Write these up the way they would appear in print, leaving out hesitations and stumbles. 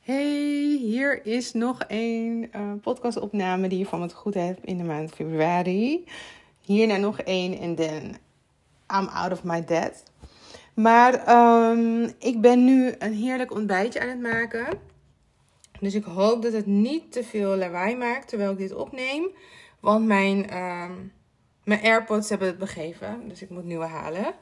Hey, hier is nog een podcastopname die je van het goed hebt in de maand februari. Hierna nog één en dan I'm out of my depth. Maar ik ben nu een heerlijk ontbijtje aan het maken. Dus ik hoop dat het niet te veel lawaai maakt terwijl ik dit opneem. Want mijn AirPods hebben het begeven, dus ik moet nieuwe halen.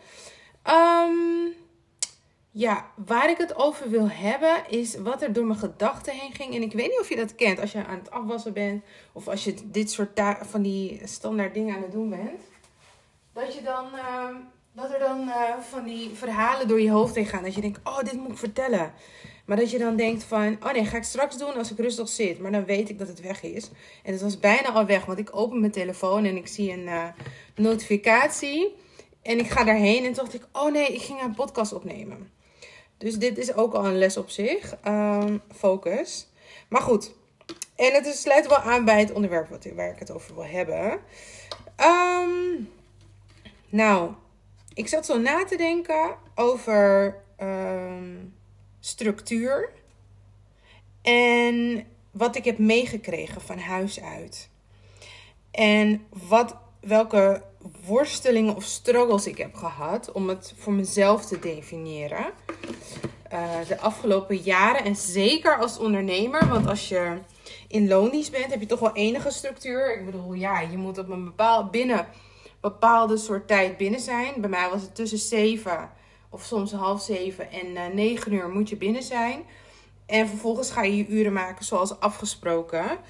Ja, waar ik het over wil hebben is wat er door mijn gedachten heen ging. En ik weet niet of je dat kent als je aan het afwassen bent. Of als je dit soort van die standaard dingen aan het doen bent. Dat er dan van die verhalen door je hoofd heen gaan. Dat je denkt, oh, dit moet ik vertellen. Maar dat je dan denkt van, oh nee, ga ik straks doen als ik rustig zit. Maar dan weet ik dat het weg is. En het was bijna al weg, want ik open mijn telefoon en ik zie een notificatie. En ik ga daarheen en toen dacht ik, oh nee, ik ging een podcast opnemen. Dus dit is ook al een les op zich. Focus. Maar goed. En het sluit wel aan bij het onderwerp waar ik het over wil hebben. Nou, ik zat zo na te denken over structuur. En wat ik heb meegekregen van huis uit. En welke worstelingen of struggles ik heb gehad om het voor mezelf te definiëren. De afgelopen jaren en zeker als ondernemer. Want als je in loondienst bent, heb je toch wel enige structuur. Ik bedoel, ja, je moet op een bepaalde soort tijd binnen zijn. Bij mij was het tussen 7 of soms 6:30 en 9 uur moet je binnen zijn. En vervolgens ga je je uren maken zoals afgesproken.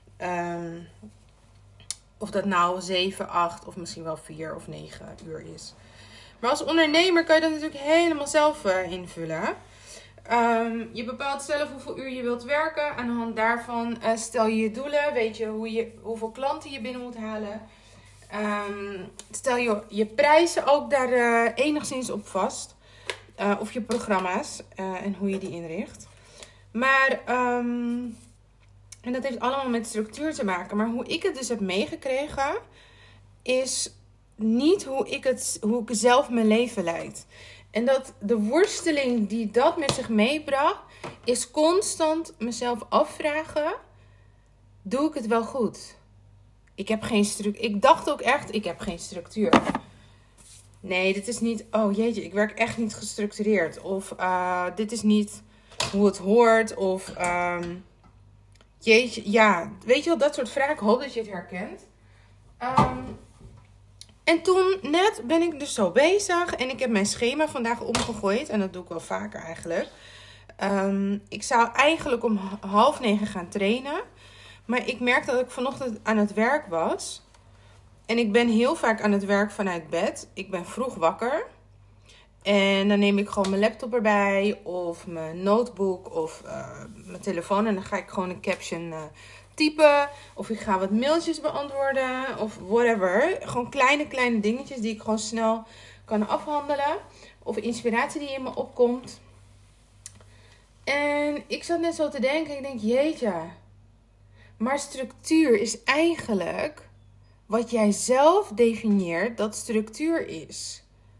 Of dat nou 7, 8 of misschien wel 4 of 9 uur is. Maar als ondernemer kan je dat natuurlijk helemaal zelf invullen. Je bepaalt zelf hoeveel uur je wilt werken. Aan de hand daarvan stel je je doelen. Weet je hoeveel klanten je binnen moet halen. Stel je prijzen ook daar enigszins op vast. Of je programma's en hoe je die inricht. Maar, en dat heeft allemaal met structuur te maken. Maar hoe ik het dus heb meegekregen, is niet hoe ik zelf mijn leven leid. En dat de worsteling die dat met zich meebracht, is constant mezelf afvragen, doe ik het wel goed? Ik dacht ook echt, ik heb geen structuur. Nee, dit is niet, oh jeetje, ik werk echt niet gestructureerd. Of dit is niet hoe het hoort. Of jeetje, ja, weet je wel, dat soort vragen. Ik hoop dat je het herkent. En toen net ben ik dus zo bezig. En ik heb mijn schema vandaag omgegooid. En dat doe ik wel vaker eigenlijk. Ik zou eigenlijk om 8:30 gaan trainen. Maar ik merkte dat ik vanochtend aan het werk was. En ik ben heel vaak aan het werk vanuit bed. Ik ben vroeg wakker. En dan neem ik gewoon mijn laptop erbij. Of mijn notebook. Of mijn telefoon. En dan ga ik gewoon een caption typen. Of ik ga wat mailtjes beantwoorden. Of whatever. Gewoon kleine dingetjes die ik gewoon snel kan afhandelen. Of inspiratie die in me opkomt. En ik zat net zo te denken. Ik denk, jeetje. Maar structuur is eigenlijk wat jij zelf definieert dat structuur is.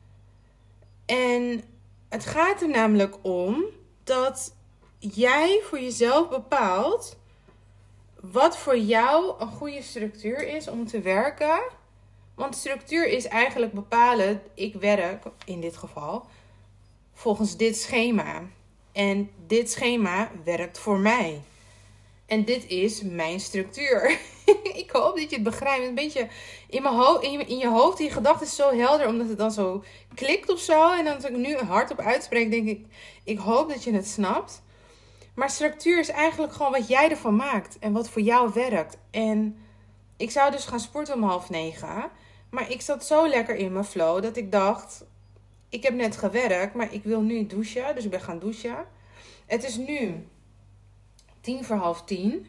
En het gaat er namelijk om dat jij voor jezelf bepaalt wat voor jou een goede structuur is om te werken. Want structuur is eigenlijk bepalen, ik werk in dit geval volgens dit schema. En dit schema werkt voor mij. En dit is mijn structuur. Ik hoop dat je het begrijpt. Een beetje in je hoofd, die gedachte is zo helder, omdat het dan zo klikt of zo. En dan als ik nu hardop uitspreek, denk ik hoop dat je het snapt. Maar structuur is eigenlijk gewoon wat jij ervan maakt. En wat voor jou werkt. En ik zou dus gaan sporten om 8:30. Maar ik zat zo lekker in mijn flow dat ik dacht, ik heb net gewerkt, maar ik wil nu douchen. Dus ik ben gaan douchen. Het is nu 9:50.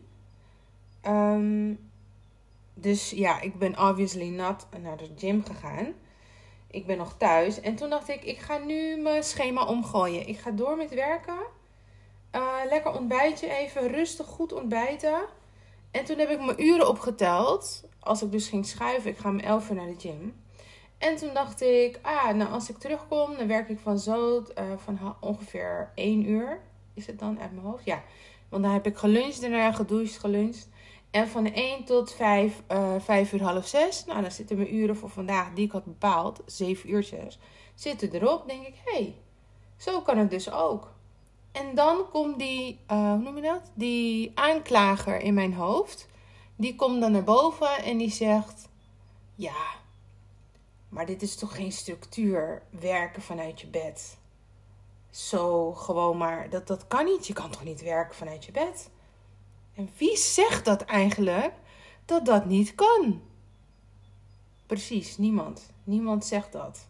Dus ja, ik ben obviously not naar de gym gegaan. Ik ben nog thuis. En toen dacht ik ga nu mijn schema omgooien. Ik ga door met werken. Lekker ontbijtje even. Rustig goed ontbijten. En toen heb ik mijn uren opgeteld. Als ik dus ging schuiven. Ik ga om 11 uur naar de gym. En toen dacht ik, nou als ik terugkom, dan werk ik van ongeveer 1 uur. is het dan uit mijn hoofd? Ja, want dan heb ik geluncht, daarna gedoucht, geluncht. En van 1 tot 5, 5 uur, half 6. Nou, dan zitten mijn uren voor vandaag, die ik had bepaald, 7 uurtjes, zitten erop. Denk ik, hé, zo kan het dus ook. En dan komt die, hoe noem je dat? Die aanklager in mijn hoofd. Die komt dan naar boven en die zegt, ja, maar dit is toch geen structuur, werken vanuit je bed. Zo gewoon maar, dat kan niet. Je kan toch niet werken vanuit je bed? En wie zegt dat eigenlijk, dat dat niet kan? Precies, niemand. Niemand zegt dat.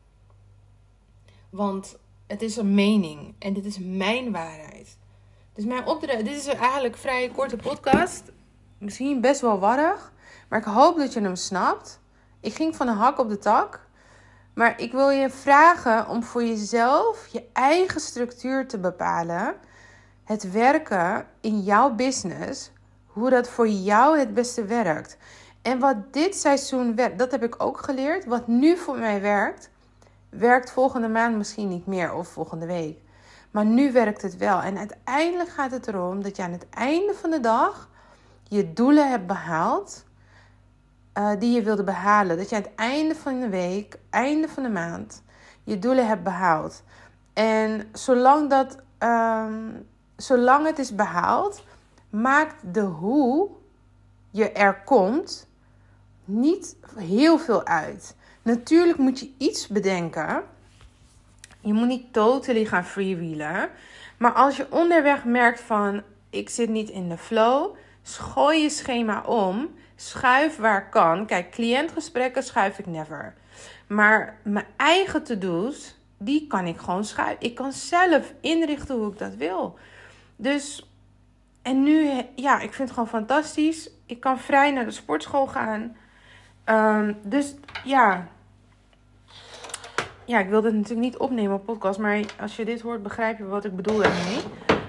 Want het is een mening en dit is mijn waarheid. Dus mijn opdracht, dit is eigenlijk een vrij korte podcast. Misschien best wel warrig, maar ik hoop dat je hem snapt. Ik ging van een hak op de tak. Maar ik wil je vragen om voor jezelf je eigen structuur te bepalen. Het werken in jouw business. Hoe dat voor jou het beste werkt. En wat dit seizoen werkt, dat heb ik ook geleerd. Wat nu voor mij werkt, werkt volgende maand misschien niet meer of volgende week. Maar nu werkt het wel. En uiteindelijk gaat het erom dat je aan het einde van de dag je doelen hebt behaald. Die je wilde behalen. Dat je aan het einde van de week, einde van de maand, je doelen hebt behaald. En zolang het is behaald, maakt de hoe je er komt niet heel veel uit. Natuurlijk moet je iets bedenken. Je moet niet totally gaan freewheelen. Maar als je onderweg merkt van, ik zit niet in de flow, gooi je schema om. Schuif waar kan. Kijk, cliëntgesprekken schuif ik never. Maar mijn eigen to-do's, die kan ik gewoon schuiven. Ik kan zelf inrichten hoe ik dat wil. Dus, en nu, ja, ik vind het gewoon fantastisch. Ik kan vrij naar de sportschool gaan. Dus, ja. Ja, ik wil dit natuurlijk niet opnemen op podcast. Maar als je dit hoort, begrijp je wat ik bedoel daarmee.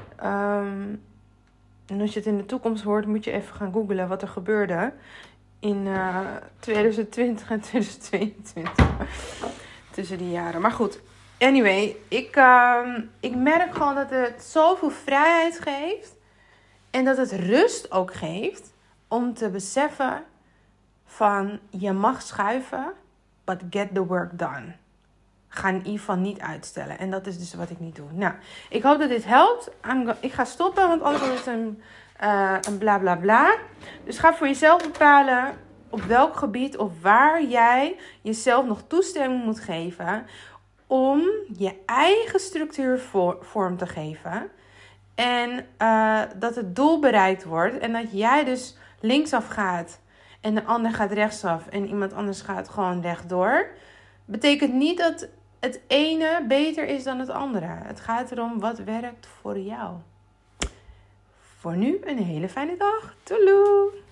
En als je het in de toekomst hoort, moet je even gaan googlen wat er gebeurde in 2020 en 2022. Tussen die jaren. Maar goed, anyway, ik merk gewoon dat het zoveel vrijheid geeft. En dat het rust ook geeft om te beseffen van, je mag schuiven, but get the work done. Ga in ieder geval niet uitstellen. En dat is dus wat ik niet doe. Nou, ik hoop dat dit helpt. Ik ga stoppen, want anders wordt het een bla bla bla. Dus ga voor jezelf bepalen op welk gebied of waar jij jezelf nog toestemming moet geven om je eigen structuur vorm te geven. En dat het doel bereikt wordt. En dat jij dus linksaf gaat en de ander gaat rechtsaf en iemand anders gaat gewoon rechtdoor. Betekent niet dat het ene beter is dan het andere. Het gaat erom wat werkt voor jou. Voor nu een hele fijne dag. Toeloe!